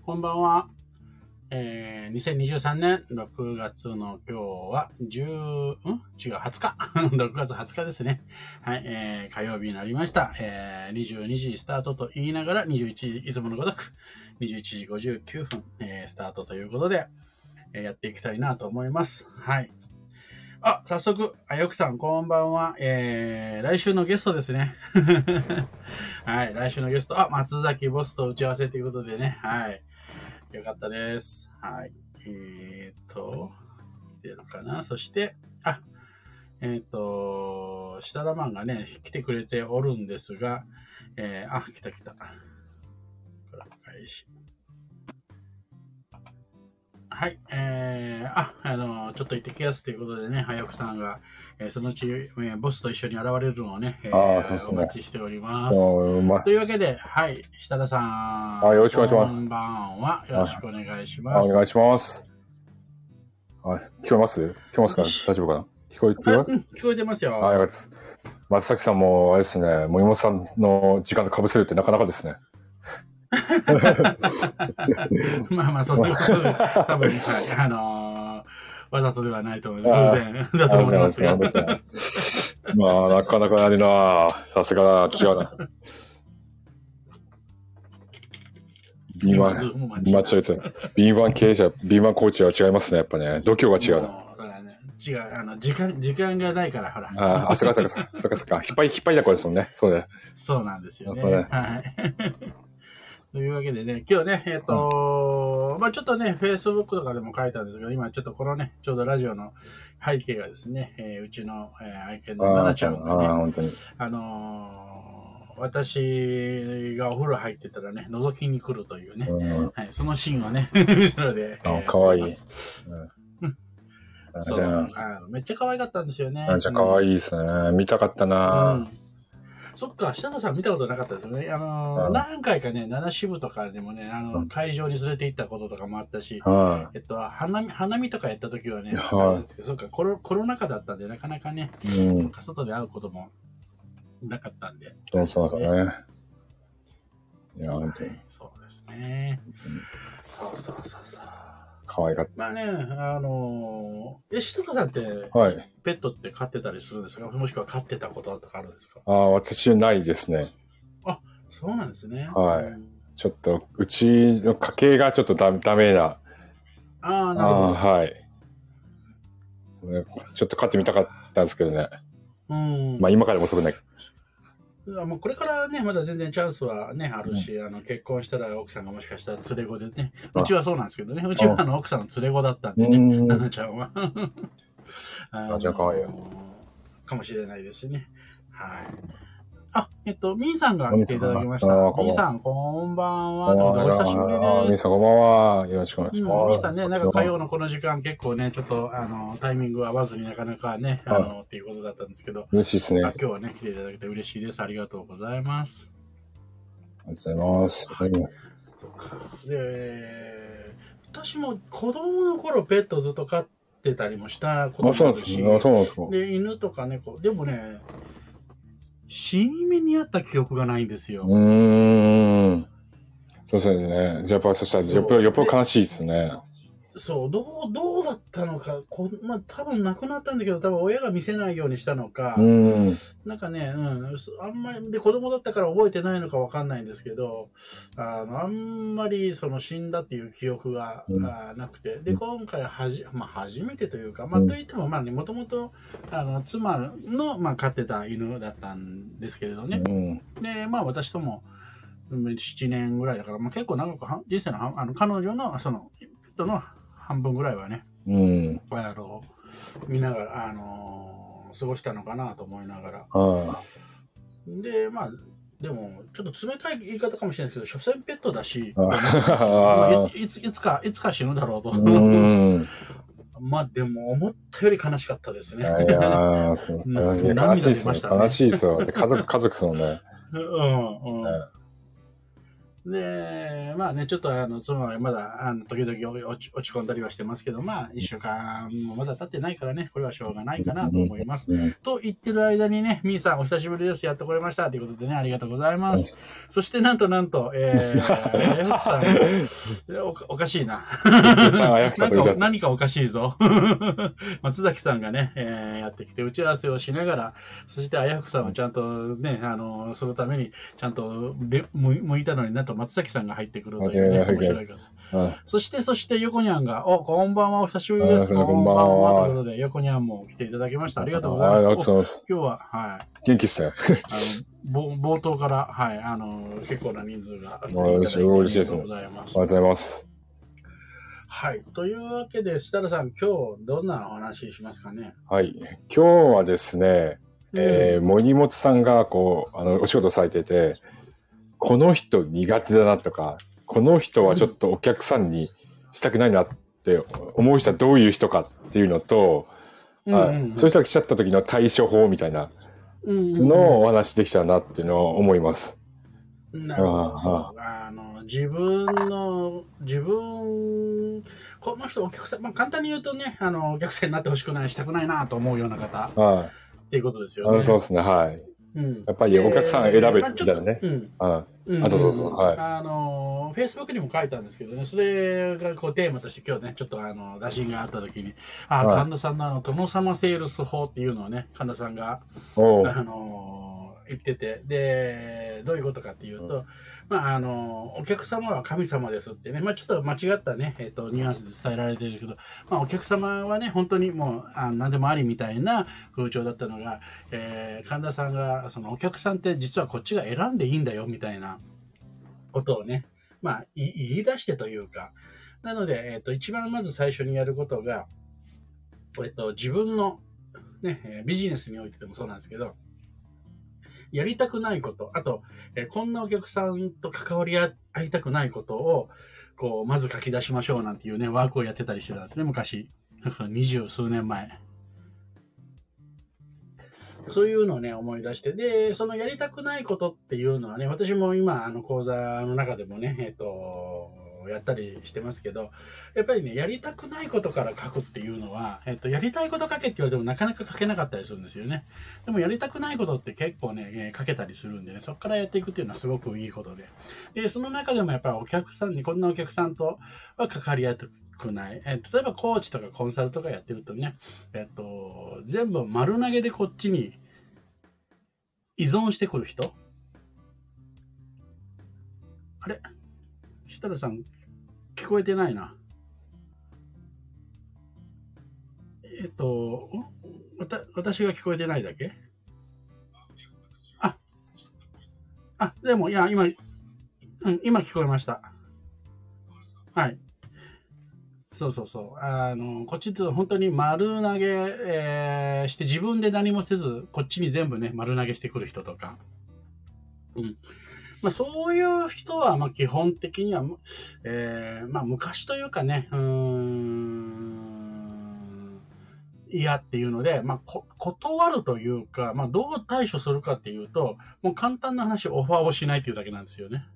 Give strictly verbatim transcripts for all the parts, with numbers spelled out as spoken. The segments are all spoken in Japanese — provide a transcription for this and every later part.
こんばんは。えー、にせんにじゅうさんねんろくがつの今日はじゅう、ん違う、はつか。ろくがつはつかですね。はい、えー、火曜日になりました。えー、にじゅうにじスタートと言いながら、にじゅういちじ、いつものごとく、にじゅういちじごじゅうきゅうふん、えー、スタートということで、えー、やっていきたいなと思います。はい。あ、早速、あよくさん、こんばんは。えー、来週のゲストですね。はい、来週のゲスト、あ、松崎ボスと打ち合わせということでね。はい。よかったです。はい。えーと、来てるかな。そして、あ、えっ、ー、と、シタラマンがね、来てくれておるんですが、えー、あ、来た来た。開始。はい、えー、あ、あの、ちょっと行ってきやすということでね、はやくさんが、えー、そのうち、えー、ボスと一緒に現れるのをね、えーね、お待ちしております。ま、というわけで、はい、設楽さん。 あ、よろしくお願いします。 こんばんは。よろしくお願いします。 お願いします。あ、聞こえます聞こえますか大丈夫かな聞こえてる、 うん、聞こえてますよ。 はい、よかったです。松崎さんも、あれですね、森本さんの時間と被せるってなかなかですね。 まあまあ、そういうことで、多分、はい、あのー、わざとではないと思います。偶然だと思いますが。 まあ、なかなかやるなさすが、違うな。ビーワン、間違えてた。ビーワン 経営者、ビーワン コーチは違いますね、やっぱね。度胸が違うな。 違う、あの、時間、時間がないから、ほら。 ああ、そっかそっかそっか、そっかそっか。引っ張り、引っ張りだこですもんね。そうね。 そうなんですよね。ねはい。というわけでね、今日ね、えっ、ー、と、うん、まあちょっとね、Facebook とかでも書いたんですけど、今ちょっとこのね、ちょうどラジオの背景がですね、えー、うちの、えー、愛犬のナナちゃんがね、あ, 本当にあのー、私がお風呂入ってたらね、覗きに来るというね、うんはい、そのシーンをね、後ろで、 えー、かわいい。 そうあのめっちゃ可愛かったんですよね。 めっちゃ可愛いですね。うん、見たかったな、うんそっか、下野さん見たことなかったですよね。あの、うん、何回かね、七支部とかでもね、あの、うん、会場に連れて行ったこととかもあったし、うん、えっと、花見、花見とかやった時はね、あれですけど、そっかコロ、コロナ禍だったんで、なかなかね、うん、外で会うこともなかったんで。 そうそうだね。いや、本当に。 そうですね。そうそうそうそう。 可愛かった。 まあね、あのー、え、しとかさんって、 はい、 ペットって飼ってたりするんですか？もしくは飼ってたこととかあるんですか？ ああ、私ないですね。 あ、そうなんですね。 はい。うん、ちょっと、うちの家系がちょっとダメな。 ああ、なるほど。 はい。ちょっと飼ってみたかったんですけどね。うん。まあ今からも遅くない。 もうこれからね、まだ全然チャンスはね、あるし、うん、あの結婚したら奥さんがもしかしたら連れ子でね、うちはそうなんですけどね、うちはあの奥さんの連れ子だったんでね、ナナちゃんは。 あ、じゃあかわいいよ。 かもしれないですね。はい。あ、えっと、ミーさんが来ていただきました。ミーさん、こんばんは。お久しぶりです。 ミーさん、こんばんは。よろしくお願いします。 ミーさんね、なんか火曜のこの時間結構ね、ちょっとあのタイミング合わずになかなかね、あの、っていうことだったんですけど、 嬉しいですね。 今日はね、来ていただけて嬉しいです。ありがとうございます。 ありがとうございます。はい。 そうか。で、私も子供の頃ペットずっと飼ってたりもしたこともあるし、 あ、そうなんですか。 で、犬とか猫、でもね、死に目にあった記憶がないんですよ。 うーん。そうですね。やっぱそしたらよっぽどよっぽど悲しいですね。 そう、どう、どうだったのか、こまあ、多分亡くなったんだけど、多分親が見せないようにしたのか、うん、なんかね、うん、あんまり、で、子供だったから覚えてないのかわかんないんですけど、あの、あんまりその死んだっていう記憶が、うん、あなくて、で、今回はじ、まあ、初めてというか、まあ、といっても、まあね、もともと、あの、妻の、まあ、飼ってた犬だったんですけれどね。うん、で、まあ、私とも、ななねんぐらいだから、まあ、結構長く、人生の、あの、彼女の、その、ペットの、半分ぐらいはね、うん、あの見ながら、あのー、過ごしたのかなと思いながら。あで、まあ、でも、ちょっと冷たい言い方かもしれないですけど、所詮ペットだし、まあ、い, ついつか、いつか死ぬだろうと。うんまあ、でも、思ったより悲しかったですね。いやー、そう。 悲しいですね。悲しいですよ。家族、家族ですもんね。 うんうん。ねで、まあね、ちょっとあの、妻はまだ、あの、時々落ち落ち込んだりはしてますけど、まあ、一週間もまだ経ってないからね、これはしょうがないかなと思います。と言ってる間にね、みーさん、お久しぶりです。やってこれました。ということでね、ありがとうございます。そして、なんとなんと、えー、やふくさんお、おかしいな。何か、何かおかしいぞ。松崎さんがね、えー、やってきて、打ち合わせをしながら、そして、あやふくさんはちゃんとね、あの、そのために、ちゃんと向いたのになと松崎さんが入ってくるというね、面白いから。そして、そして、横にゃんが、お、こんばんは、お久しぶりです。こんばんは。ということで、横にゃんも来ていただきました。ありがとうございます。今日は、はい。 元気っすね。 あの冒頭から、はい、あの、結構な人数が。 嬉しいですね。ありがとうございます。ありがとうございます。 はい。というわけで、設楽さん、今日、どんなお話しますかね。 はい。今日はですね、うん、えー、森本さんが、こう、あの、お仕事されてて、この人苦手だなとか、この人はちょっとお客さんにしたくないなって思う人はどういう人かっていうのと、うんうんうん、そういう人が来ちゃった時の対処法みたいなのをお話しできたらなっていうのを思います。 なるほど。そう。あの、自分の、自分、この人お客さん、まあ簡単に言うとね、あの、お客さんになってほしくない、したくないなと思うような方、はい、っていうことですよね。 あ、そうですね、はい。うん、やっぱりお客さん選べみたいなね。あ、どうぞどうぞ。はい。 あの、Facebook にも書いたんですけどね、それがこうテーマとして今日ね、ちょっとあの、打診があったときに、あ、はい、神田さんのあの、殿様セールス法っていうのをね、神田さんが、あの、言ってて、で、どういうことかっていうと、うん、まあ、あの、お客様は神様ですってね、まあ、ちょっと間違ったね、えっと、ニュアンスで伝えられてるけど、まあ、お客様はね、本当にもう、あ何でもありみたいな風潮だったのが、えー、神田さんが、そのお客さんって実はこっちが選んでいいんだよ、みたいなことをね、まあ、言い出してというか、なので、えっと、一番まず最初にやることが、えっと、自分の、ね、ビジネスにおいてでもそうなんですけど、やりたくないこと、あと、えー、こんなお客さんと関わり合いたくないことを、こう、まず書き出しましょうなんていうね、ワークをやってたりしてたんですね、昔。二十数年前。そういうのをね、思い出して。で、そのやりたくないことっていうのはね、私も今、あの、講座の中でもね、えっと、やったりしてますけど、やっぱりね、やりたくないことから書くっていうのは、えっと、やりたいこと書けって言われてもなかなか書けなかったりするんですよね。でもやりたくないことって結構ね、書けたりするんでね、そこからやっていくっていうのはすごくいいことで。で、その中でもやっぱりお客さんに、こんなお客さんとは関わり合ってくない。え例えばコーチとかコンサルとかやってるとね、えっと、全部丸投げでこっちに依存してくる人。あれ設楽さん、聞こえてないな。えっと、わた私が聞こえてないだけ？あ、あ、でも、いや、今、うん、今聞こえました。はい。そうそうそう。あの、こっちって本当に丸投げ、えー、して自分で何もせず、こっちに全部ね、丸投げしてくる人とか。うん。まあ、そういう人は、まあ、基本的には、えー、まあ、昔というかね、うーん、嫌っていうので、まあ、こ断るというか、まあ、どう対処するかっていうと、もう簡単な話、オファーをしないというだけなんですよね。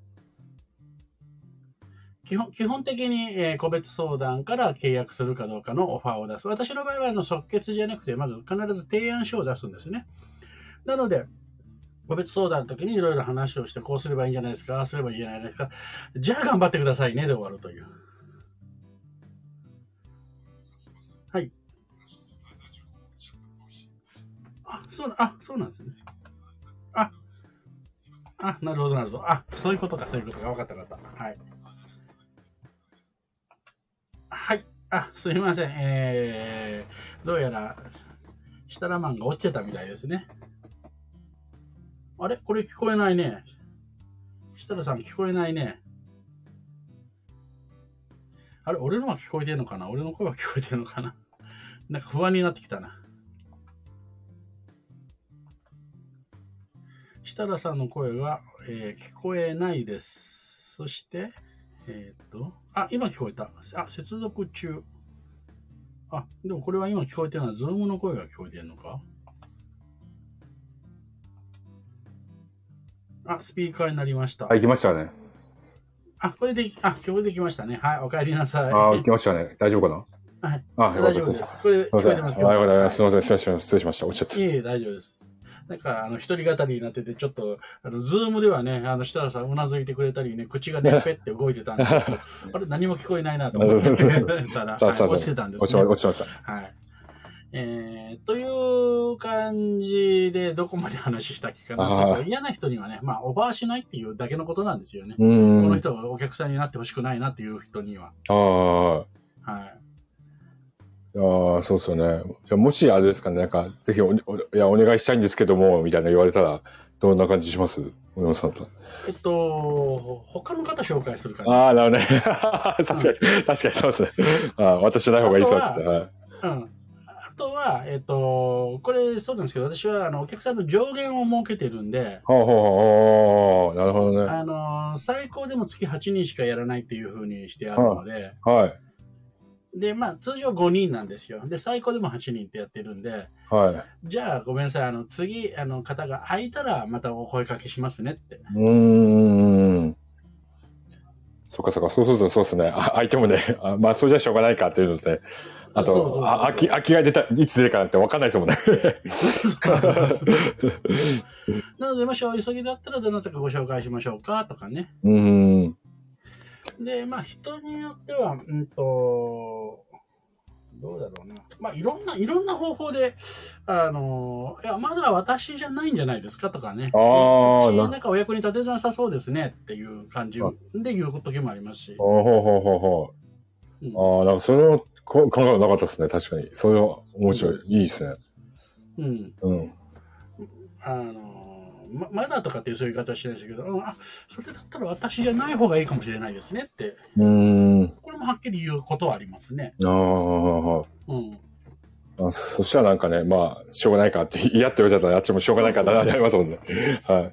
基本基本的に、えー、個別相談から契約するかどうかのオファーを出す。私の場合はあの即決じゃなくて、まず必ず提案書を出すんですね。なので、個別相談の時にいろいろ話をして、こうすればいいんじゃないですか、ああすればいいんじゃないですか、じゃあ頑張ってくださいねで終わるという。はい。あ、そう、あ、そうなんですね。あ、あ、なるほど、なるほど。あ、そういうことか、そういうことか。分かった、分かった。はい。はい。あ、すみません。えー、どうやら、設楽マンが落ちてたみたいですね。あれこれ聞こえないね。設楽さん聞こえないね。あれ俺のは聞こえてるのかな俺の声は聞こえてるのかななんか不安になってきたな。設楽さんの声が、えー、聞こえないです。そして、えっ、ー、と、あ、今聞こえた。あ、接続中。あ、でもこれは今聞こえてるのは、ズームの声が聞こえてるのか？あ、スピーカーになりました。 あ、行きましたね。 あ、これで、あ、今日できましたね。はい、お帰りなさい。 ああ、来ましたね。大丈夫かな。 はい。 あ、 大丈夫です。これ、聞こえてます。 すみません。すみません。失礼しました。落ちちゃった。 いえいえ、大丈夫です。なんか、あの、一人語りになってて、ちょっと、あの、ズームではね、あの、設楽さんうなずいてくれたりね、口がね、ペって動いてたんですけど、あれ、何も聞こえないなと思ってたら、落ちてたんですね。 落ちました。 はい。えー、という感じで、どこまで話したっけかな。そうそう、嫌な人にはね、まあ、オファーしないっていうだけのことなんですよね。この人がお客さんになってほしくないなっていう人には。 ああ。はい。ああ、そうですよね。じゃもしあれですかね、なんか、ぜひお、お、いや、お願いしたいんですけども、みたいな言われたら、どんな感じします？森本さんと。 えっと、他の方紹介する感じ。 ああ、なるほどね。確かに、うん、確かにそうですね。ああ、私じゃない方がいいそうですね。はい。 うん。あとは、えっと、これそうなんですけど、私はあのお客さんの上限を設けてるんで、 ほうほうほう、なるほどね。 あの、最高でも月はちにんしかやらないっていうふうにしてあるので、 はい。 で、まあ、通常ごにんなんですよ。で、最高でもはちにんってやってるんで、 はい。 じゃあ、ごめんなさい、あの、次、あの、方が空いたら、またお声かけしますねって。 うーん。そっかそっか、そうするとそうですね。あ、相手もね、あまあ、それじゃしょうがないかっていうので、あと、そうそうそうそう、あ、空き、空きが出た、いつ出るかなんて分かんないですもんね。そうそうそうなので、もしお急ぎだったら、どなたかご紹介しましょうかとかね。 うん。 で、まあ、人によっては、うんと、どうだろうな。まあ、いろんな、いろんな方法で、あの、いや、まだ私じゃないんじゃないですかとかね。ああ。なんかお役に立てなさそうですねっていう感じで言う時もありますし。 ほうほうほうほうほう。うん、ああ、なんかそれを考えなかったですね。確かに。それは面白い。うん、いいですね。 うん。うん。あの、ま, まだとかっていうそういう言い方はしないですけど、うん、あ、それだったら私じゃない方がいいかもしれないですねって。うん。これもはっきり言うことはありますね。ああ、 うん。あ、そしたらなんかね、まあ、しょうがないかって、嫌って言われちゃったらあっちもしょうがないかな、なりますもんね。はい。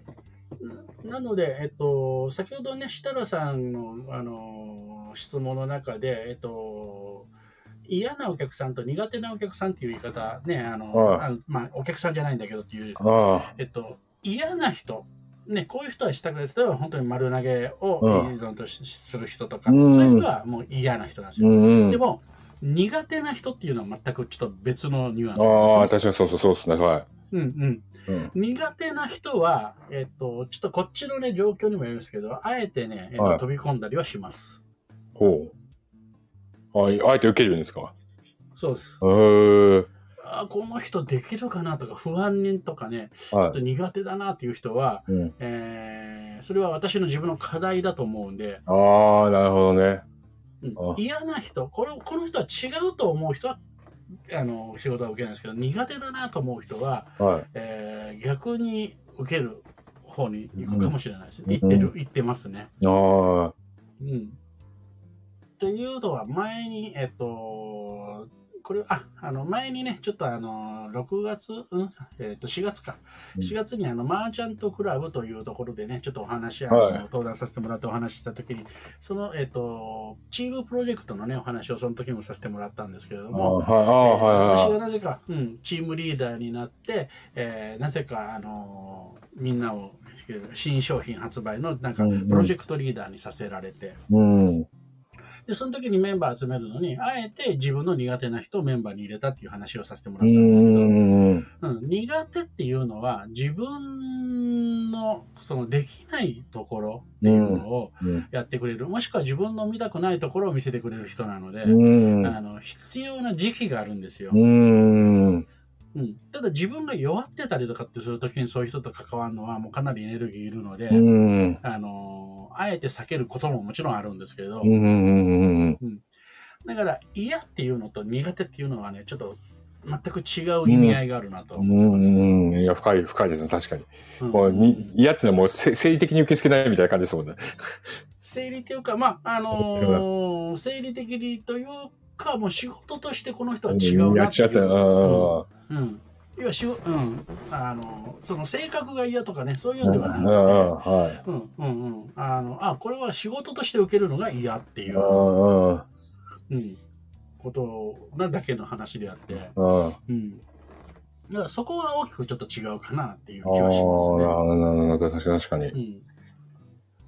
なので、えっと、先ほどね、設楽さんの、あの、質問の中で、えっと、嫌なお客さんと苦手なお客さんっていう言い方ね、あの、ああまあ、お客さんじゃないんだけどっていう、あえっと、嫌な人、ね、こういう人はしたくない人は本当に丸投げを依存とする人とか、うん、そういう人はもう嫌な人なんですよ。うんうん、でも、苦手な人っていうのは全くちょっと別のニュアンスなんです、ね。 ああ、確かにそうそうそうですね。はい。 うんうん。うん、苦手な人は、えっと、ちょっとこっちのね、状況にもよるんですけど、あえてね、えっとはい、飛び込んだりはします。 ほう。あ、あえて受けるんですか？ そうです。 へー。 あ、この人できるかなとか、不安にとかね、ちょっと苦手だなっていう人は、うん、えー、それは私の自分の課題だと思うんで。 ああ、なるほどね。 うん、嫌な人、これ、この人は違うと思う人は、あの仕事は受けないですけど、苦手だなと思う人は、はい、えー、逆に受ける方に行くかもしれないですね。うん、行ってる、行ってますね。ああ。うん。というのは、前に、えっと、これ、あ、あの、前にね、ちょっとあの、ろくがつ、うん、えっと、しがつか。しがつにあの、マーチャントクラブというところでね、ちょっとお話、あの、はい、登壇させてもらってお話ししたときに、その、えっと、チームプロジェクトのね、お話をその時もさせてもらったんですけれども、私がなぜか、うん、チームリーダーになって、えー、なぜか、あの、みんなを、新商品発売の、なんか、プロジェクトリーダーにさせられて、うんうんで、その時にメンバー集めるのに、あえて自分の苦手な人をメンバーに入れたっていう話をさせてもらったんですけど、うんうん、苦手っていうのは自分のそのできないところっていうのをやってくれる、もしくは自分の見たくないところを見せてくれる人なので、あの必要な時期があるんですよ。うんうん、ただ自分が弱ってたりとかってするときにそういう人と関わるのはもうかなりエネルギーいるので、うんあのあえて避けることももちろんあるんですけれど、うんうんうん、だから嫌っていうのと苦手っていうのはねちょっと全く違う意味合いがあるなと思ってます。うんうん、いや深い深いですね確かに。うん、もうに嫌っていうのはもう生理的に受け付けないみたいな感じですもんね。 生理っていうかまああのー、生理的にというかもう仕事としてこの人は違うなっていう。うんうん、要はし、うん、あのその性格が嫌とかねそういうんではなくて、はいうんうんうん、あのあこれは仕事として受けるのが嫌っていう、うん、ことなだけの話であって、うん、だからそこは大きくちょっと違うかなっていう気はしますね。 ああ、なるほど確かに確かに。うん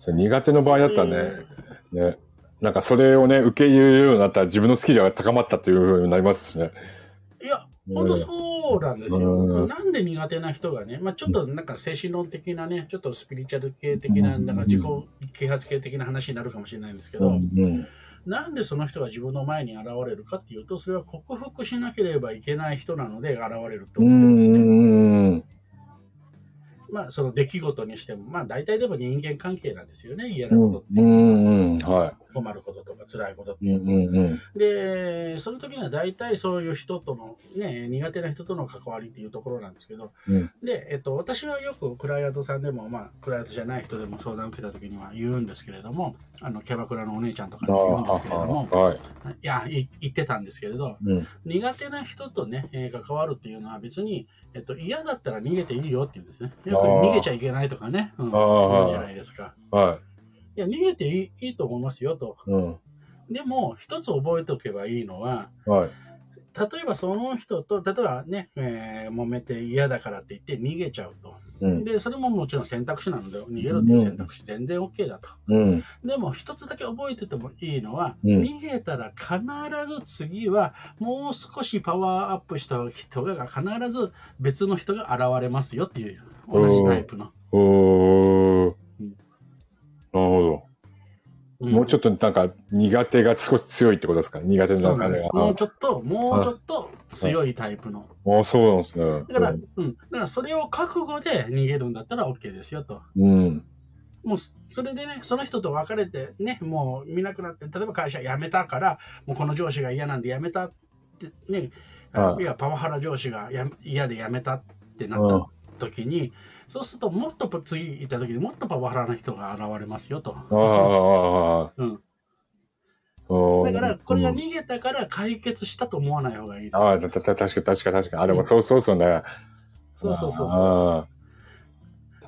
苦手の場合だったらね、えー、ね、なんかそれをね、受け入れるようになったら自分のスキルが高まったっていう風になりますしね。 いや、本当そうなんですよ。うん、なんで苦手な人がね、まあちょっとなんか精神論的なね、ちょっとスピリチュアル系的な、なんか自己啓発系的な話になるかもしれないんですけど、うんうん、なんでその人が自分の前に現れるかっていうと、それは克服しなければいけない人なので現れると思ってますね。うんまあ、その出来事にしても、まあ、大体でも人間関係なんですよね、嫌なことって。うんうんはい、困ることとか辛いことっていうのは、うんうん。で、その時には大体そういう人との、ね、苦手な人との関わりっていうところなんですけど、うん、で、えっと、私はよくクライアントさんでも、まあ、クライアントじゃない人でも相談を受けた時には言うんですけれども、あのキャバクラのお姉ちゃんとかに言うんですけれども、はい、いや、言ってたんですけれど、うん、苦手な人とね、えー、関わるっていうのは別に、えっと、嫌だったら逃げていいよって言うんですね。よく逃げちゃいけないとかね、うん、言うじゃないですか。はい。いや、逃げていい、いいと思いますよと。うん、でも、一つ覚えておけばいいのは、はい、例えばその人と、例えばね、えー、揉めて嫌だからって言って逃げちゃうと。うん、で、それももちろん選択肢なので、逃げるっていう選択肢全然 OK だと。うん、でも、一つだけ覚えててもいいのは、うん、逃げたら必ず次は、もう少しパワーアップした人が必ず別の人が現れますよっていう、同じタイプの。おー、うん、なるほど。うん、もうちょっとなんか苦手が少し強いってことですか？苦手な中では。もうちょっと、もうちょっと強いタイプの。ああ、そうなんですね。だから、うん、うん。だからそれを覚悟で逃げるんだったら OK ですよと。うん。もう、それでね、その人と別れてね、もう見なくなって、例えば会社辞めたから、もうこの上司が嫌なんで辞めたってね、はい、いや、パワハラ上司がや嫌で辞めたってなった時に、そうすると、もっと次行った時にもっとパワハラな人が現れますよと。あうん、だから、これが逃げたから解決したと思わない方がいいです。ああ、確かに確かに確かに。あ、でもそうそうそうね。うん、そうそうそうそう。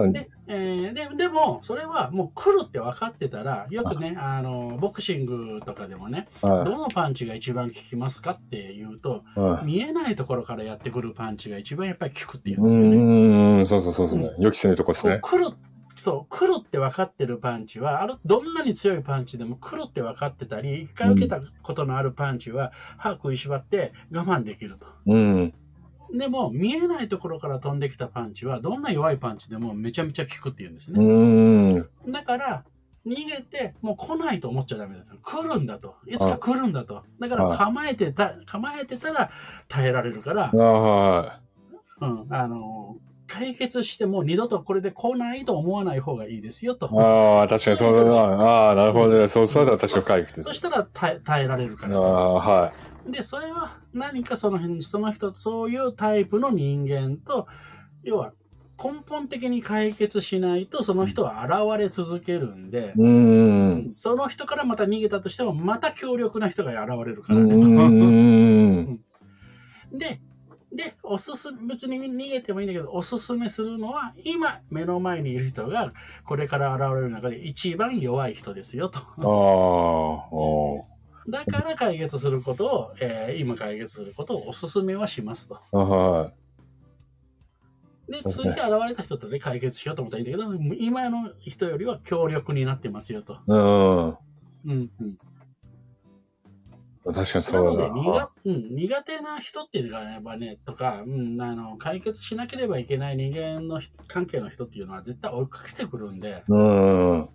で、えー、で, でも、それはもう来るって分かってたら、よくね、あのボクシングとかでもね、どのパンチが一番効きますかっていうと、見えないところからやってくるパンチが一番やっぱり効くっていうんですよね。うん、そうそうそうそう、ね、うん、予期せぬとこですね。来るそう、来るって分かってるパンチは、あるどんなに強いパンチでも来るって分かってたり、一回受けたことのあるパンチは、歯食いしばって我慢できると。うんでも、見えないところから飛んできたパンチは、どんな弱いパンチでもめちゃめちゃ効くっていうんですね。うんだから、逃げて、もう来ないと思っちゃダメだと。来るんだと。いつか来るんだと。だから構えてた、構えてたら耐えられるから、あうん、あの、解決しても二度とこれで来ないと思わない方がいいですよと。ああ、確かにそうだな。ああ、なるほどね。そうそうだ、確かに回復です。そしたら耐え耐えられるから。ああ、はい。で、それは何かその辺に、その人、そういうタイプの人間と、要は根本的に解決しないと、その人は現れ続けるんで、うんその人からまた逃げたとしても、また強力な人が現れるからねと。うんで、で、おすすめ、別に逃げてもいいんだけど、おすすめするのは、今、目の前にいる人が、これから現れる中で一番弱い人ですよと。ああ。だから解決することを、えー、今解決することをお勧めはしますと。はい。で、次現れた人とで解決しようと思ったらいいんだけど、今の人よりは強力になってますよと。うん。うんうん。確かにそうだな。なので苦、うん、苦手な人っていうのがね、とか、うん、あの、解決しなければいけない人間の関係の人っていうのは絶対追いかけてくるんで。うん。うん。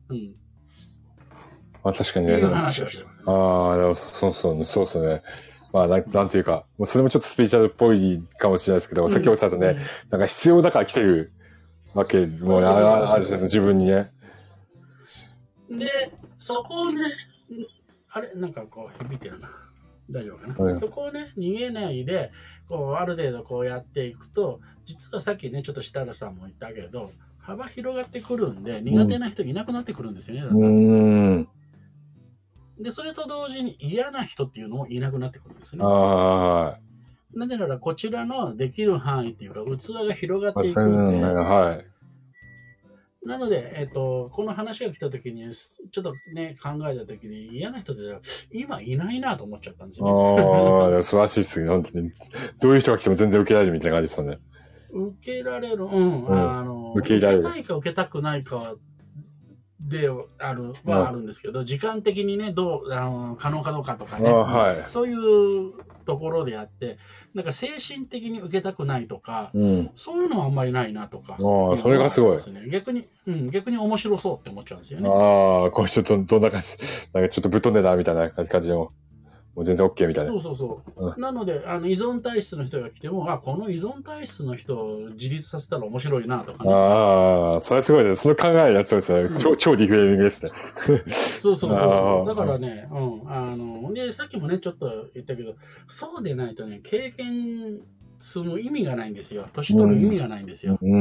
まあ確かにね。いう話をしてます。ああ、でもそうそう、そうですね。まあなん、なんていうか、もうそれもちょっとスピーチャルっぽいかもしれないですけど、うん、さっきおっしゃったね、うん、なんか必要だから来てるわけもあるんですね、自分にね。で、そこをね、あれなんかこう響いてるな。大丈夫かな、はい、そこをね、逃げないで、こう、ある程度こうやっていくと、実はさっきね、ちょっと設楽さんも言ったけど、幅広がってくるんで、苦手な人いなくなってくるんですよね。だんだんうんで、それと同時に嫌な人っていうのもいなくなってくるんですね。あなぜなら、こちらのできる範囲っていうか、器が広がっていくんで、はい、なので、えっと、この話が来たときに、ちょっとね、考えたときに、嫌な人って今いないなと思っちゃったんですよね。ああ、素晴らしいですね。本当に。どういう人が来ても全然受けられるみたいな感じですよね。受けられる、うん、うん、あの、受け入れられる。受けたいか受けたくないかであるはあるんですけど、時間的にね、どうあの可能かどうかとかね、 はい、 そういうところであって、なんか精神的に受けたくないとか、うん、そういうのはあんまりないなとか、 あそれがすごい。 逆に、うん、逆に面白そうって思っちゃうんですよね。 ああ、これちょっとどんな感じ、なんかちょっとぶっ飛んでなみたいな感じの。もう全然 OK みたいな。 そうそうそう。うん、なので、あの依存体質の人が来ても、あ、この依存体質の人を自立させたら面白いなとかね。 ああ、それはすごいです。その考えやつですね。うん、超、超リフレーミングですね。 そうそうそうそう。だからね、うん。あの、で、さっきもね、ちょっと言ったけど、そうでないとね、経験する意味がないんですよ。年取る意味がないんですよ。うん、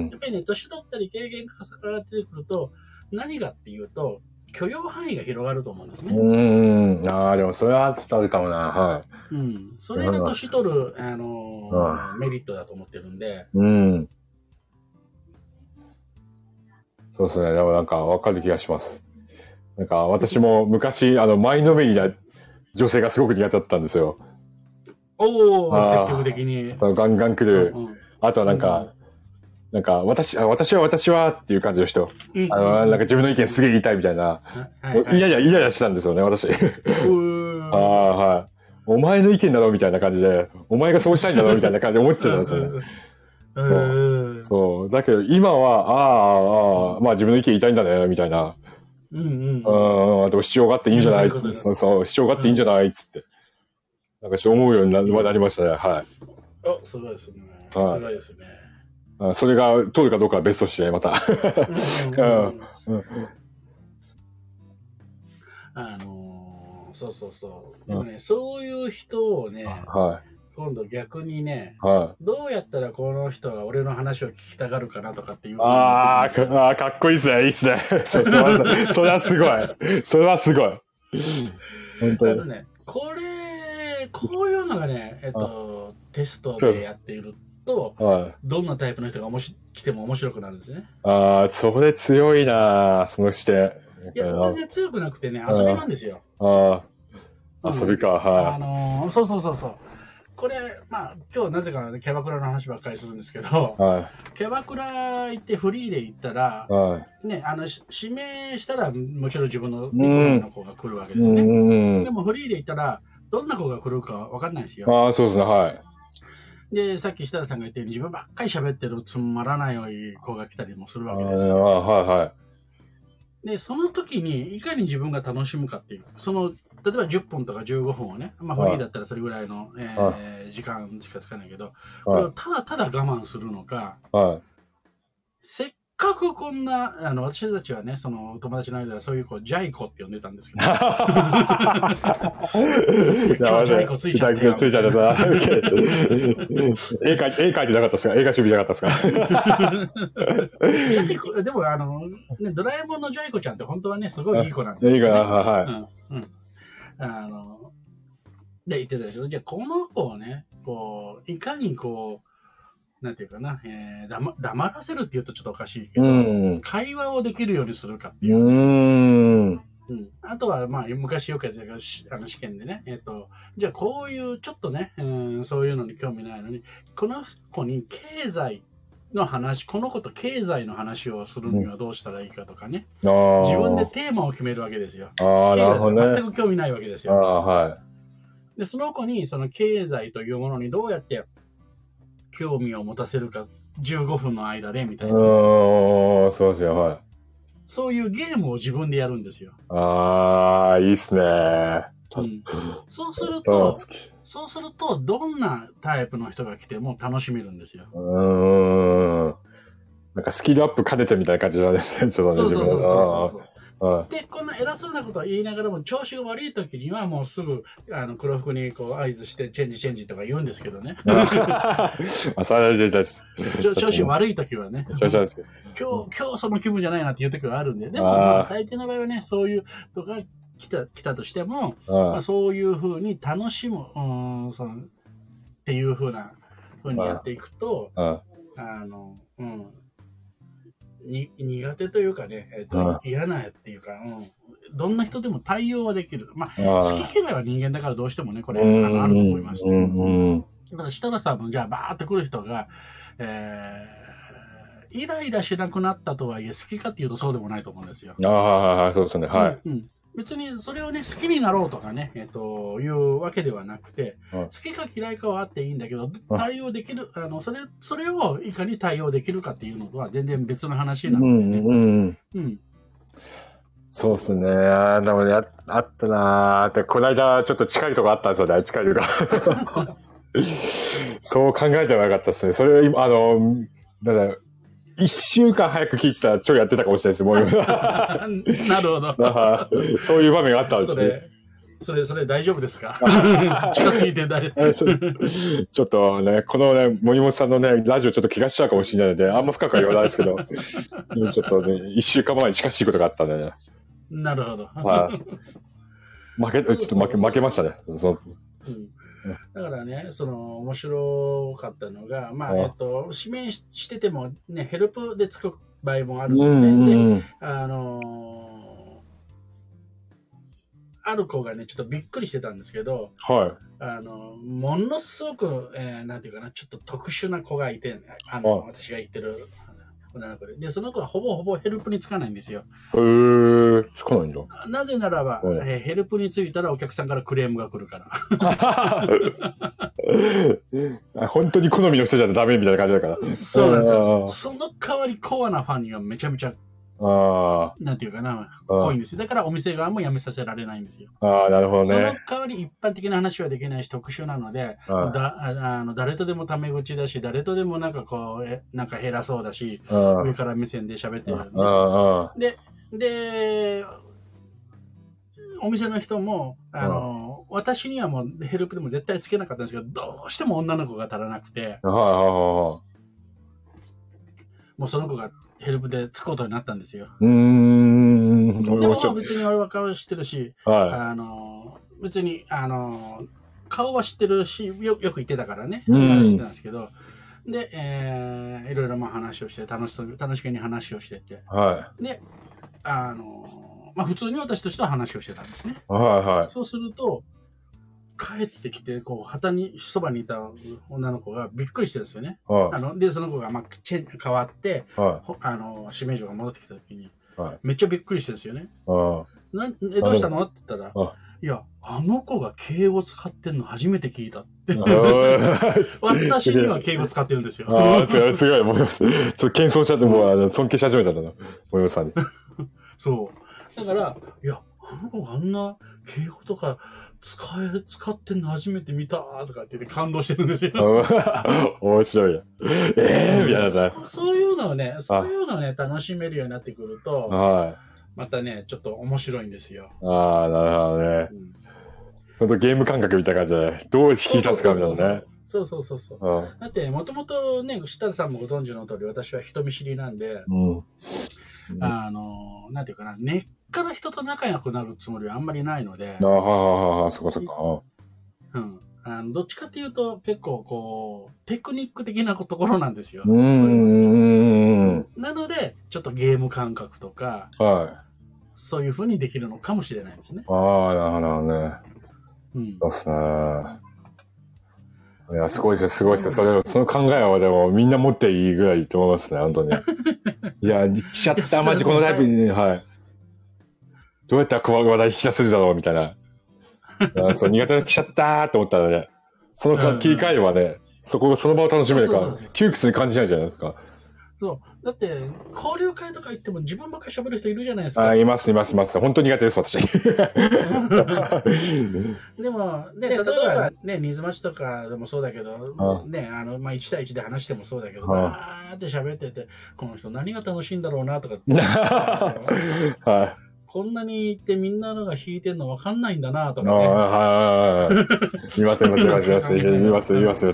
やっぱりね、年取ったり経験が重なってくると、何がっていうと、許容範囲が広がると思うんですね。 うん。ああ、でもそれはあるかもな。はい。 うん。それが年取る、あのー、メリットだと思ってるんで。 うん。そうですね。でもなんかわかる気がします。なんか私も昔、あの、前のめりな女性がすごく苦手だったんですよ。 おお、積極的に。 ガンガン来る。うんうん、あとはなんか、うんなんか、私、私は私はっていう感じの人。うん、あの、なんか自分の意見すげえ言いたいみたいな。いやいや、いやいやしたんですよね、私。ああ、はい。お前の意見だろみたいな感じで、お前がそうしたいんだろみたいな感じで思っちゃうんですよね。そう。そう。だけど、今は、ああ、ああ、まあ自分の意見言いたいんだね、みたいな。うんうん。うん、あと主張があっていいんじゃない、そうそう、主張があっていいんじゃないっつって。なんかちょっと思うように な, なりましたね、はい。 あ、すごいですね。はい、すごいですね。 それが通るかどうかは別として、また。 あのー、そうそうそう。でもね、うん、そういう人をね、はい、今度逆にね、はい、どうやったらこの人が俺の話を聞きたがるかなとかっていう。 ああ、かっこいいっすね、いいっすね。そ, そ, それはすごい。それはすごい。 本当に。あのね、これ、こういうのがね、えっと、テストでやっていると、はい、どんなタイプの人がおもし来ても面白くなるんですね。 ああ、それ強いな、その視点。 いや、全然強くなくてね、遊びなんですよ。 ああ、遊びか、はい。 あのー、そうそうそうそう。これ、まあ、今日なぜかキャバクラの話ばっかりするんですけど、はい、キャバクラ行ってフリーで行ったら、はい、ね、あの、指名したらもちろん自分のの子が来るわけですね。でもフリーで行ったら、どんな子が来るかわかんないですよ。 ああ、そうですね、はい。 で、さっき設楽さんが言ったように自分ばっかり喋ってるつまらない子が来たりもするわけです。 ああ、はいはい。 で、その時にいかに自分が楽しむかっていう、その、例えばじゅっぷんとかじゅうごふんをね、まあフリーだったらそれぐらいの、えー、時間しかつかないけど、これをただただ我慢するのか、はい、せっかくこんな、あの、私たちはね、その友達の間ではそういう子、ジャイコって呼んでたんですけど。今日ジャイコついちゃって。 ついちゃってさ。絵描いて、絵描いてなかったですか？映画趣味なかったですか？でも、あの、ね、ドラえもんのジャイコちゃんって本当はね、すごいいい子なんで、ね。いい子な、はい。うん。うん。あの、で、言ってたけど、じゃあこの子をね、こう、いかにこう、なんていうかな、えー、黙, 黙らせるって言うとちょっとおかしいけど、うん、会話をできるようにするかっていう、ね。うんうん、あとは、まあ、昔よくやってたあの試験でね、えーと、じゃあこういうちょっとね、うん、そういうのに興味ないのに、この子に経済の話、この子と経済の話をするにはどうしたらいいかとかね、うん、自分でテーマを決めるわけですよ。あ、なるほどね、全く興味ないわけですよ。あ、はい、でその子にその経済というものにどうやって興味を持たせるかじゅうごふんの間でみたいな。 そうですよ、はい。 そういうゲームを自分でやるんですよ。 ああ、いいっすね、 うん。そうすると、そうすると、どんなタイプの人が来ても楽しめるんですよ。うーん。なんかスキルアップ兼ねてみたいな感じなんですね、ちょっとね、 そうそうそうそうそう。で、こんな偉そうなことを言いながらも、調子が悪い時にはもうすぐあの黒服にこう合図してチェンジチェンジとか言うんですけどね。あ、それは調子悪い時はね。今日、今日その気分じゃないなっていう時はあるんで、でもまあ大抵の場合はね、そういうとか来た来たとしても、まあ、そういうふうに楽しむ、うん、そのっていうふうなふうにやっていくと、あの、うん。に苦手というかね、えーと、嫌なっていうか、うん、どんな人でも対応はできる。まあ、あ好き嫌いは人間だからどうしてもね、これ、あのあると思います、ね。だから設楽さんも、じゃあ、バーって来る人が、えイライラしなくなったとはいえ、好きかっていうとそうでもないと思うんですよ。 ああ、そうですね。はい。 うんうん、別にそれをね、好きになろうとかね、えっと、いうわけではなくて、はい、好きか嫌いかはあっていいんだけど、対応できる、あのそれそれをいかに対応できるかっていうのとは全然別の話なのでね。うんうんうん、 そうですね。でもね、あったなーって、この間ちょっと近いとこあったんですよね、近いとこ。そう考えてもよかったですね。それを今、あの、なんだ一週間早く聞いてたらちょいやってたかもしれないです。もうなるほど。 そういう場面があったんですね。 それ、それ大丈夫ですか？近すぎて大丈夫。ちょっとね、このね、森本さんのね、ラジオちょっと気がしちゃうかもしれないので、あんま深くは言わないですけど、ちょっとね、一週間前に近しいことがあったんでね。 なるほど。 はい。負け、ちょっと負け、負けましたね。そのうんだからね、その面白かったのが、まあ、えっと、指名してても、ね、ヘルプでつく場合もあるんですね。うんうん、で、あのー、ある子がね、ちょっとびっくりしてたんですけど、 はい。 あの、ものすごく、えー、なんていうかな、ちょっと特殊な子がいて、あの、私が言ってる女の子で。で、その子はほぼほぼヘルプにつかないんですよ。 へー、つかないんだ。 なぜならば、うんえー、ヘルプについたらお客さんからクレームが来るから。 本当に好みの人じゃダメみたいな感じだから。 そうなんですよ。その代わりコアなファンにはめちゃめちゃ、あなんていうかな、濃いんですよ。だからお店側も辞めさせられないんですよ。 ああ、なるほどね。その代わり一般的な話はできないし、特殊なので、だあの誰とでもタメ口だし、誰とでもなんかこう、えなんか偉そうだし、上から目線で喋ってるんで。で、で、お店の人も、あの、私にはもうヘルプでも絶対つけなかったんですけど、どうしても女の子が足らなくて、もうその子がヘルプでつくことになったんですよ。うーん。でも別に俺は顔知ってるし、はい、あの、別に、あの、顔は知ってるし、よ, よく言ってたからね、話してたんですけど、で、えー、いろいろまあ話をして、楽しそう、楽しげに話をしてて、はい、で、あの、まあ普通に私としては話をしてたんですね。はいはい。そうすると、帰ってきて、こう、旗に、そばにいた女の子がびっくりしてるんですよね。はい、あので、その子が、まあ、チェン変わって、はい、あの、指名状が戻ってきたときに、はい、めっちゃびっくりしてるんですよね。はい、なえどうしたのって言ったら、はい、いや、あの子が敬語使ってんの初めて聞いたって。私には敬語使ってるんですよ。 ああ、すごい、すごい、思います。ちょっと謙遜しちゃって、もう、あの尊敬し始めちゃったの、森本さんに。 そう。だから、いや、あの子があんな敬語とか、使え、使ってんの初めて見たとかって言って感動してるんですよ。 面白いや。ええー、みたいなね。 そういうのをね、そういうのをね、楽しめるようになってくると、はい、またね、ちょっと面白いんですよ。 ああ、なるほどね。ほんとゲーム感覚みたいな感じで、どう引き立つかみたいなね。 そうそうそうそう。うん、だって、もともとね、設楽さんもご存知の通り、私は人見知りなんで、うんうん、あの、なんていうかな、根っから人と仲良くなるつもりはあんまりないので、 ああ、あそこそこ。 うん。あのどっちかっていうと、結構こう、テクニック的なところなんですよ。うん。なので、ちょっとゲーム感覚とか、はい、そういう風にできるのかもしれないですね。 ああ、なるほどね。うん。そうですね。いや、すごいです、すごいです。それ、その考えはでもみんな持っていいぐらいと思いますね、本当に。いや、来ちゃった、マジこのタイプにね、はい。どうやったら話題引き出せるだろうみたいな。そう、苦手な来ちゃったーと思ったらね、その切り替えはね、そこ、その場を楽しめるから、窮屈に感じないじゃないですか。 そう。だって、交流会とか行っても自分ばっかり喋る人いるじゃないですか。 あ、います、います、います。本当に苦手です、私。 でも、ね、例えば、ね、水町とかでもそうだけど、ね、あの、まあ、いち対いちで話してもそうだけど、バーって喋ってて、この人何が楽しいんだろうな、とかって。はい。こんなに言ってみんなのが弾いてんの分かんないんだな、とかね。ああ、はいはいはい。 言います、言います、言います、言います、言います、言います、言います。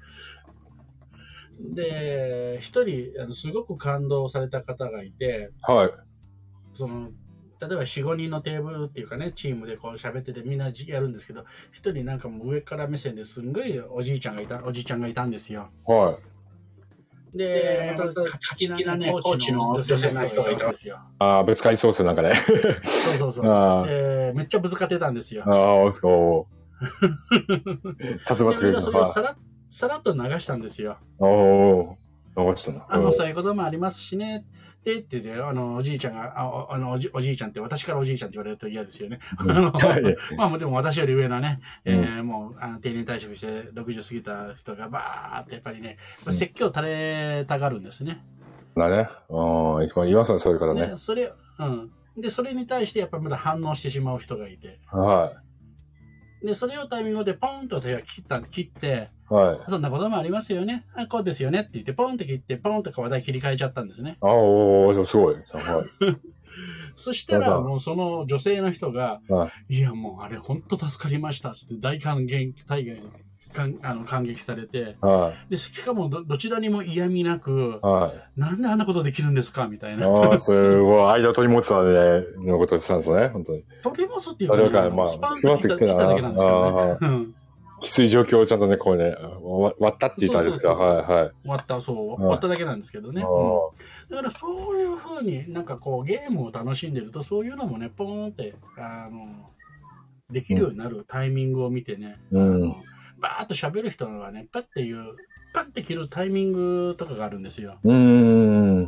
で、一人あのすごく感動された方がいて、はい、その例えばよん、ごにんのテーブルっていうかね、チームでこう喋っててみんなやるんですけど、一人なんかもう上から目線ですんごいおじいちゃんがいた、おじいちゃんがいたんですよ。はい。で、また勝ち気なね、コーチの女性の人がいたんですよ。 ああ、ぶつかりそうっすなんかね。 そうそうそう。えー、めっちゃぶつかってたんですよ。ああ、 そう。殺伐で、それをさらさらっと流したんですよ。 おお。 残したの。 あの、そういうこともありますしね。で、って言って、あの、おじいちゃんが、ああのおじ、おじいちゃんって、私からおじいちゃんって言われると嫌ですよね。うん、あのまあ、でも私より上のね、えー、うん、もうあの定年退職してろくじゅう過ぎた人がバーってやっぱりね、説教垂れたがるんですね。 だね。うん、いつも言いますね、そういう方ね。 で、それ、うん。で、それに対してやっぱりまだ反応してしまう人がいて。 はい。 で、それをタイミングでポンと私が切った、切って、 はい。 そんなこともありますよね。あ、こうですよねって言って、ポンと切って、ポンと話題切り替えちゃったんですね。 あおー、すごい。はい。 そしたら、もうその女性の人が、 はい、 いや、もうあれ、本当助かりましたって大感激、大感あの感激されて、 はい、 で、しかも ど, どちらにも嫌味なく、 はい、 なんであんなことできるんですかみたいな。 ああ、すごい。間取り持つので、のことしたんですね、本当に。 取り持つっていうか、ね、 まあ、 スパンと切っただけなんですよね。 きつい状況をちゃんとね、こうね、割ったって言ったんですか。はいはい。 割った、そう、割っただけなんですけどね。うん、だからそういうふうになんかこうゲームを楽しんでると、そういうのもね、ポーンってあのできるようになるタイミングを見てね、うん、あのバーッと喋る人はね、パッていう、パッて切るタイミングとかがあるんですよ。 うん。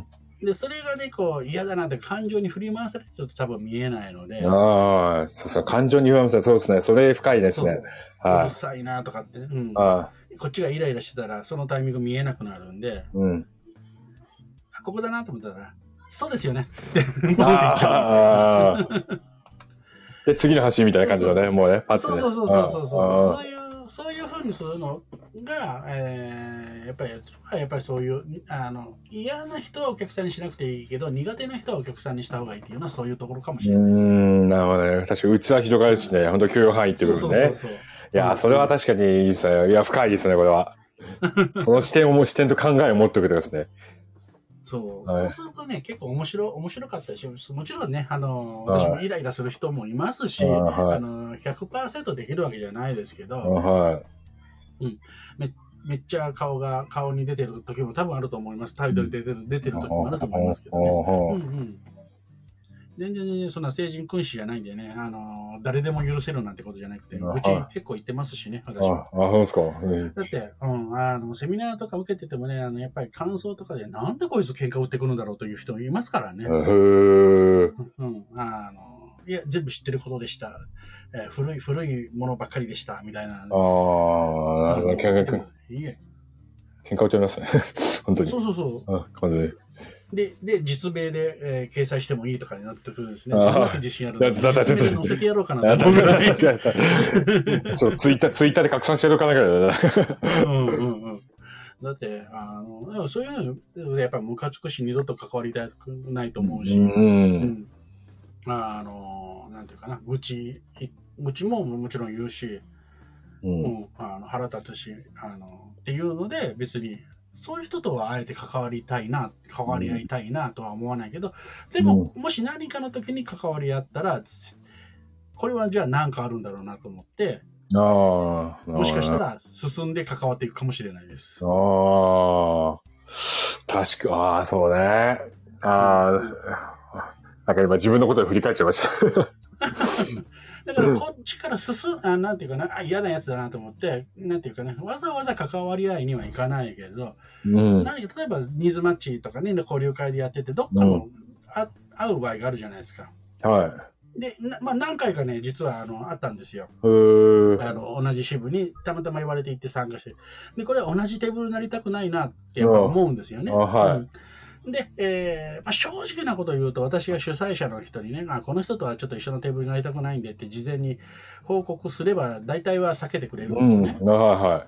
で、それがね、こう、嫌だなって感情に振り回されてると多分見えないので。 ああ、そうそう、感情に振り回されて、そうですね。それ深いですね。 うるさいなとかって、うん。あこっちがイライラしてたら、そのタイミング見えなくなるんで、うん。あ、ここだなと思ったら、そうですよね。って言っちゃう。 で、次の橋みたいな感じのね、もうね、 パッとね。そうそうそうそうそう。そういう、そういうふうにするのが、えー、やっぱり、やっぱりそういう、あの、嫌な人はお客さんにしなくていいけど、苦手な人はお客さんにした方がいいっていうのはそういうところかもしれないです。 うん、なるほどね。確かに、器広がるしね、本当許容範囲っていう部分ね。そうそうそうそう。いや、それは確かにいいですね。いや、深いですね、これは。その視点を、も視点と考えを持っておくとですね。 そう、はい、そうするとね、結構面白面白かったし、もちろんね、あの、私もイライラする人もいますし、はい、あの、ひゃくパーセント できるわけじゃないですけど、はい、うん、め、めっちゃ顔が、顔に出てる時も多分あると思います。タイトルで出てる、出てる時もあると思いますけどね。うんうん。全然、ね、そんな聖人君子じゃないんでね、あのー、誰でも許せるなんてことじゃなくて、うち結構言ってますしね、私は。 あ、そうですか。うん、 だって、うん、あの、セミナーとか受けててもね、あの、やっぱり感想とかで、なんでこいつ喧嘩売ってくるんだろうという人いますからね。へー。うん、あの、いや、全部知ってることでした。えー、古い、古いものばっかりでした、みたいな。ああ、なるほど、喧嘩。いえ。 喧嘩売ってますね。本当に。 そうそうそう。 あ、完全に。で、 で、実名で、えー、掲載してもいいとかになってくるんですね。どんだけ自信あるんだろう。実名で載せてやろうかなと思うぐらい。 そう、ツイッター、ツイッターで拡散してやろうかなきゃ。うんうんうん。だって、あの、そういうの、やっぱりムカつくし、二度と関わりたくないと思うし、うんうん、あの、なんていうかな、愚痴、愚痴ももちろん言うし、うん、うん、あの腹立つし、あの、っていうので、別に、そういう人とはあえて関わりたいな、関わり合いたいなとは思わないけど、でも、うん、もし何かの時に関わり合ったら、これはじゃあ何かあるんだろうなと思って、あもしかしたら進んで関わっていくかもしれないです。 ああ、確か、ああ、そうね。ああ、うん、なんか今自分のことで振り返っちゃいました。 だからこっちから進む、あなんていうかな、あ、嫌なやつだなと思って、なんていうかね、わざわざ関わり合いにはいかないけど、うん、何か例えばニーズマッチとかね、交流会でやってて、どっかの、うん、あ会う場合があるじゃないですか。はい。で、まあ、何回かね、実はあのあったんですよ。あの同じ支部にたまたま言われていって参加して。で、これは同じテーブルになりたくないなってやっぱ思うんですよね。はい。うんで、えーまあ、正直なことを言うと、私が主催者の人にね、あこの人とはちょっと一緒のテーブルになりたくないんでって事前に報告すれば、大体は避けてくれるんですね。うん、はいはい。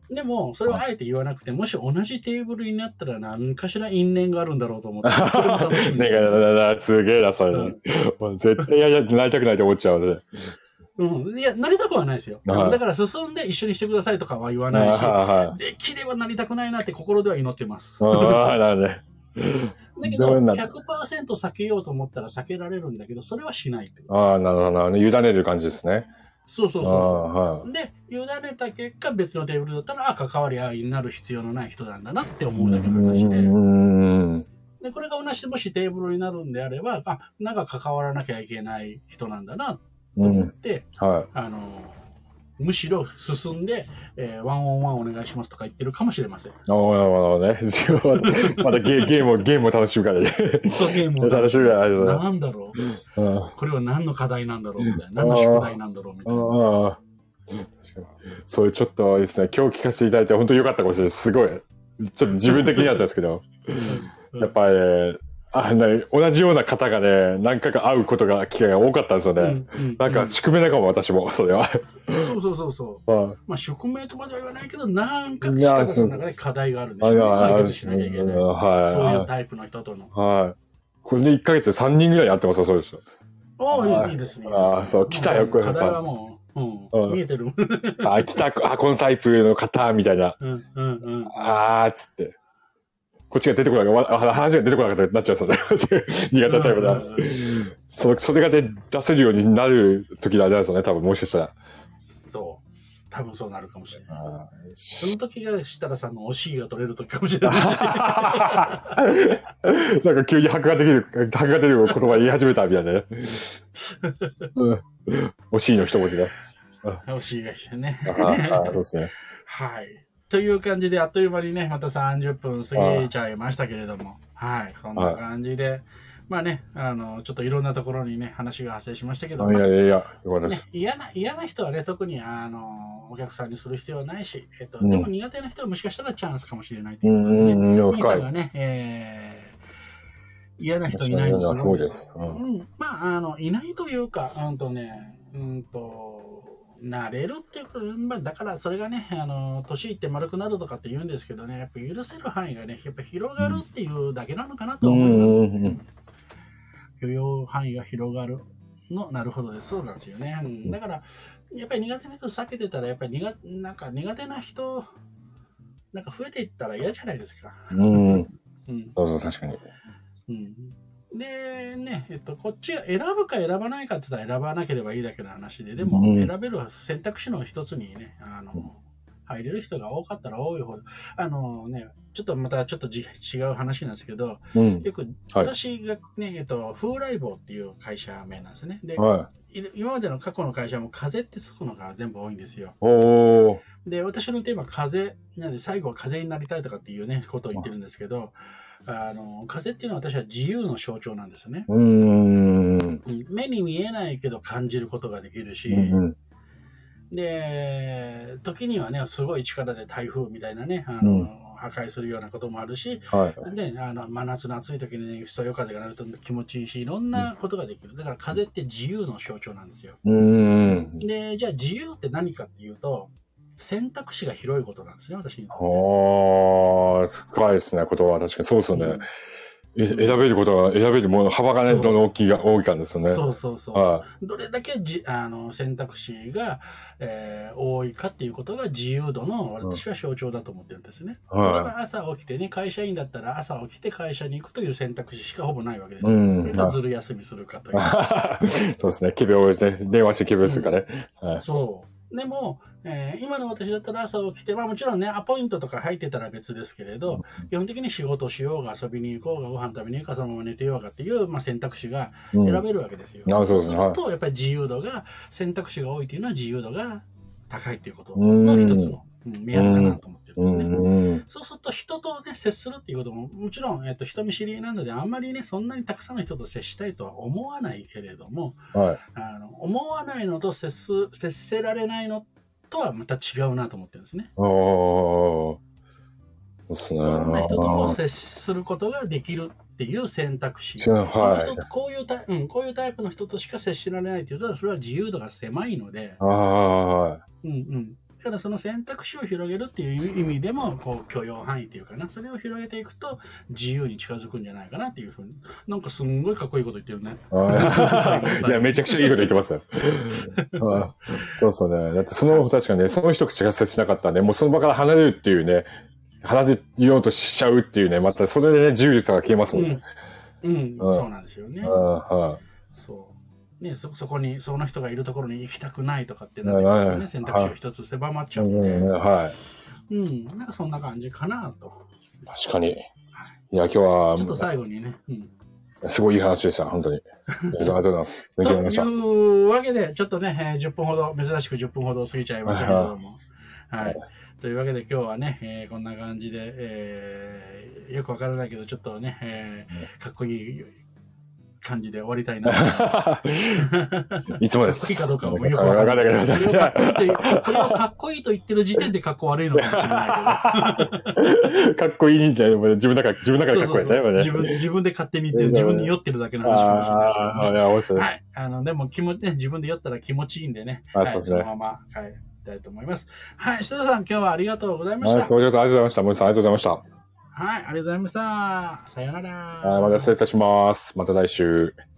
でも、それはあえて言わなくて、もし同じテーブルになったら何かしら因縁があるんだろうと思って、それも楽しみにしてます。 すげえな、それ、ね。うん、絶対やなりたくないと思っちゃう、ね。 うん、いや、なりたくはないですよ。はい、だから進んで一緒にしてくださいとかは言わないし、はい、できればなりたくないなって心では祈ってます。ああ、なるほど。だけど、ひゃくパーセント 避けようと思ったら避けられるんだけど、それはしないって。 ああ、なるほど。委ねる感じですね。 そうそうそうそう、はい。で、委ねた結果、別のテーブルだったら、あ、関わり合いになる必要のない人なんだなって思うだけの話で。うんで、これが同じもしテーブルになるんであれば、あ、なんか関わらなきゃいけない人なんだなと思って、うんはい、あの、 むしろ進んで、えー、ワンオンワンお願いしますとか言ってるかもしれません。ああ、なるほどね。またゲゲームを、ゲームを楽しむからね。 そう、ゲームを楽しむからね。 なんだろう、うん。これは何の課題なんだろうみたいな。何の宿題なんだろうみたいな。ああ、 そういうちょっとですね、今日聞かせていただいて本当に良かったかもしれない。すごい。ちょっと自分的にだったんですけど。うん、やっぱり、ね、あね、同じような方がね、何回か会うことが、機会が多かったんですよね。うんうんうん、なんか、宿命だかも、私も、それは。 そうそうそうそう。まあ、まあ、宿命とまでは言わないけど、なんか、したらその中で課題があるんでしょうね。解決しなきゃいけない。はい。そういうタイプの人との。 はい。これでいっかげつでさんにんぐらい会ってますよ、そうですよ。 ああ、いいですね。 ああ、そう、来たよ、これ。 課題はもう、うん、見えてる。 あ、来た、あ、このタイプの方、みたいな。 うんうんうん。 ああ、つって。こっちが出てこないか、話が出てこなかったなっちゃうんですよね。苦手タイプだ。そ、それが出せるようになる時があるんですよね、多分、もしかしたら。 そう。多分そうなるかもしれないです。その時が設楽さんのお尻が取れる時かもしれないし。 なんか急に箔ができる、箔が出る言葉言い始めたみたいなね。うん、お尻の一文字ね。 お尻がいいね。 ああ、そうですね。 はい。という感じで、あっという間にね、またさんじゅっぷん過ぎちゃいましたけれども、はい、こんな感じで、まあね、あの、ちょっといろんなところにね、話が発生しましたけど、 いやいやいや、よかったです。 ね、嫌な、嫌な人はね、特に、あの、お客さんにする必要はないし、えっと、うん、でも苦手な人はもしかしたらチャンスかもしれないということでね、ミーさんがね、えー、嫌な人いないのすごいです。うん、まあ、あの、いないというか、うんとね、うんと、慣れるっていうか、まあ、だからそれがね、あの、年いって丸くなるとかって言うんですけどね、やっぱ許せる範囲がね、やっぱ広がるっていうだけなのかなと思います。うん、許容範囲が広がるの、なるほどです。そうなんですよね。うん、だから、やっぱり苦手な人避けてたら、やっぱり苦なんか苦手な人、なんか増えていったら嫌じゃないですか。 うん。うん、そうそう、確かに。 うんでね、えっと、こっちが選ぶか選ばないかって言ったら選ばなければいいだけの話で、でも選べる選択肢の一つにね、あの、入れる人が多かったら多いほど、あのね、ちょっとまたちょっとじ違う話なんですけど、うん、よく私がね、はい、えっと、風来坊っていう会社名なんですね。で、はい、今までの過去の会社も風ってつくのが全部多いんですよ。おで、私のテーマは風なんで、最後は風になりたいとかっていうね、ことを言ってるんですけど、あの風っていうのは私は自由の象徴なんですよね。うーん目に見えないけど感じることができるし、うんうん、で時にはねすごい力で台風みたいなねあの、うん、破壊するようなこともあるし、はい、であの真夏の暑い時に、ね、そよ風が鳴ると気持ちいいしいろんなことができる。だから風って自由の象徴なんですよ。うーんでじゃあ自由って何かっていうと選択肢が広いことなんですね、私にとって。ああ、深いですね、言葉は。確かにそうですよね。うん、選べることが、選べるもの、幅がね、どの大きいが、大きいんですよね。 そうそうそう。はい、どれだけじあの選択肢が、えー、多いかっていうことが自由度の、私は象徴だと思ってるんですね。うん、例えば朝起きてね、会社員だったら朝起きて会社に行くという選択肢しかほぼないわけですよ。うん、それとずる休みするかという。 そうですね、仮病ですね。電話して仮病するかね。 うんはい、そう。でも、えー、今の私だったら朝起きて、まあもちろんね、アポイントとか入ってたら別ですけれど、うん、基本的に仕事しようが遊びに行こうがご飯食べに行こうがそのまま寝てようがっていう、まあ、選択肢が選べるわけですよ。うん、そうすると、やっぱり自由度が、選択肢が多いというのは自由度が高いっていうことの一つの目安かなと思ってるんですね。うんうん、そうすると人と、ね、接するっていうことももちろん、えっと、人見知りなのであんまりねそんなにたくさんの人と接したいとは思わないけれども、はい、あの思わないのと接す接せられないのとはまた違うなと思ってるんですね。ああ、そうですね。いろんな人とも接することができるっていう選択肢。はい、この人こういうタイプ、うん、こういうタイプの人としか接しられないというとそれは自由度が狭いので。あうんうんただその選択肢を広げるっていう意味でもこう許容範囲っていうかなそれを広げていくと自由に近づくんじゃないかなっていうふうになんかすんごいかっこいいこと言ってるね。 いやめちゃくちゃいいこと言ってますよ。あそうそうね。だってその確かにねその人口が接しなかったらねもうその場から離れるっていうね離れようとしちゃうっていうねまたそれでね自由さが消えますもんね。 うん、うんうん、そうなんですよね。あはいそうね、そ, そこにその人がいるところに行きたくないとかってなってくるとね、選択肢が一つ狭まっちゃうんで、はい、うん、なんかそんな感じかなと。 確かに。いや今日はちょっと最後にね、うん、 すごいいい話でした、本当に。ありがとうございます。勉強になりました。 というわけで、ちょっとね、えー、じゅっぷんほど、珍しくじゅっぷんほど過ぎちゃいましたけれども。はい。というわけで今日はね、えー、こんな感じで、えー、よくわからないけど、ちょっとね、えー、かっこいい感じで終わりたいなと思います。 いつもです。 かっこいいかどうかもよくわからないけど、これをかっこいいと言ってる時点でかっこ悪いのかもしれないけど。 かっこいいんじゃない、自分の中、自分の中でかっこいいね。 自分、自分で勝手に言ってる、自分に酔ってるだけの話かもしれないですけど、ね。はい。あの、でも気持ち、ね、自分で酔ったら気持ちいいんでね。 あ、そうですね。 はい、そのまま帰りたいと思います。はい。設田さん、今日はありがとうございました。はい、 ありがとうございました。森さん、ありがとうございました。 はい、ありがとうございました。さよなら。 はい、また失礼いたします。また来週。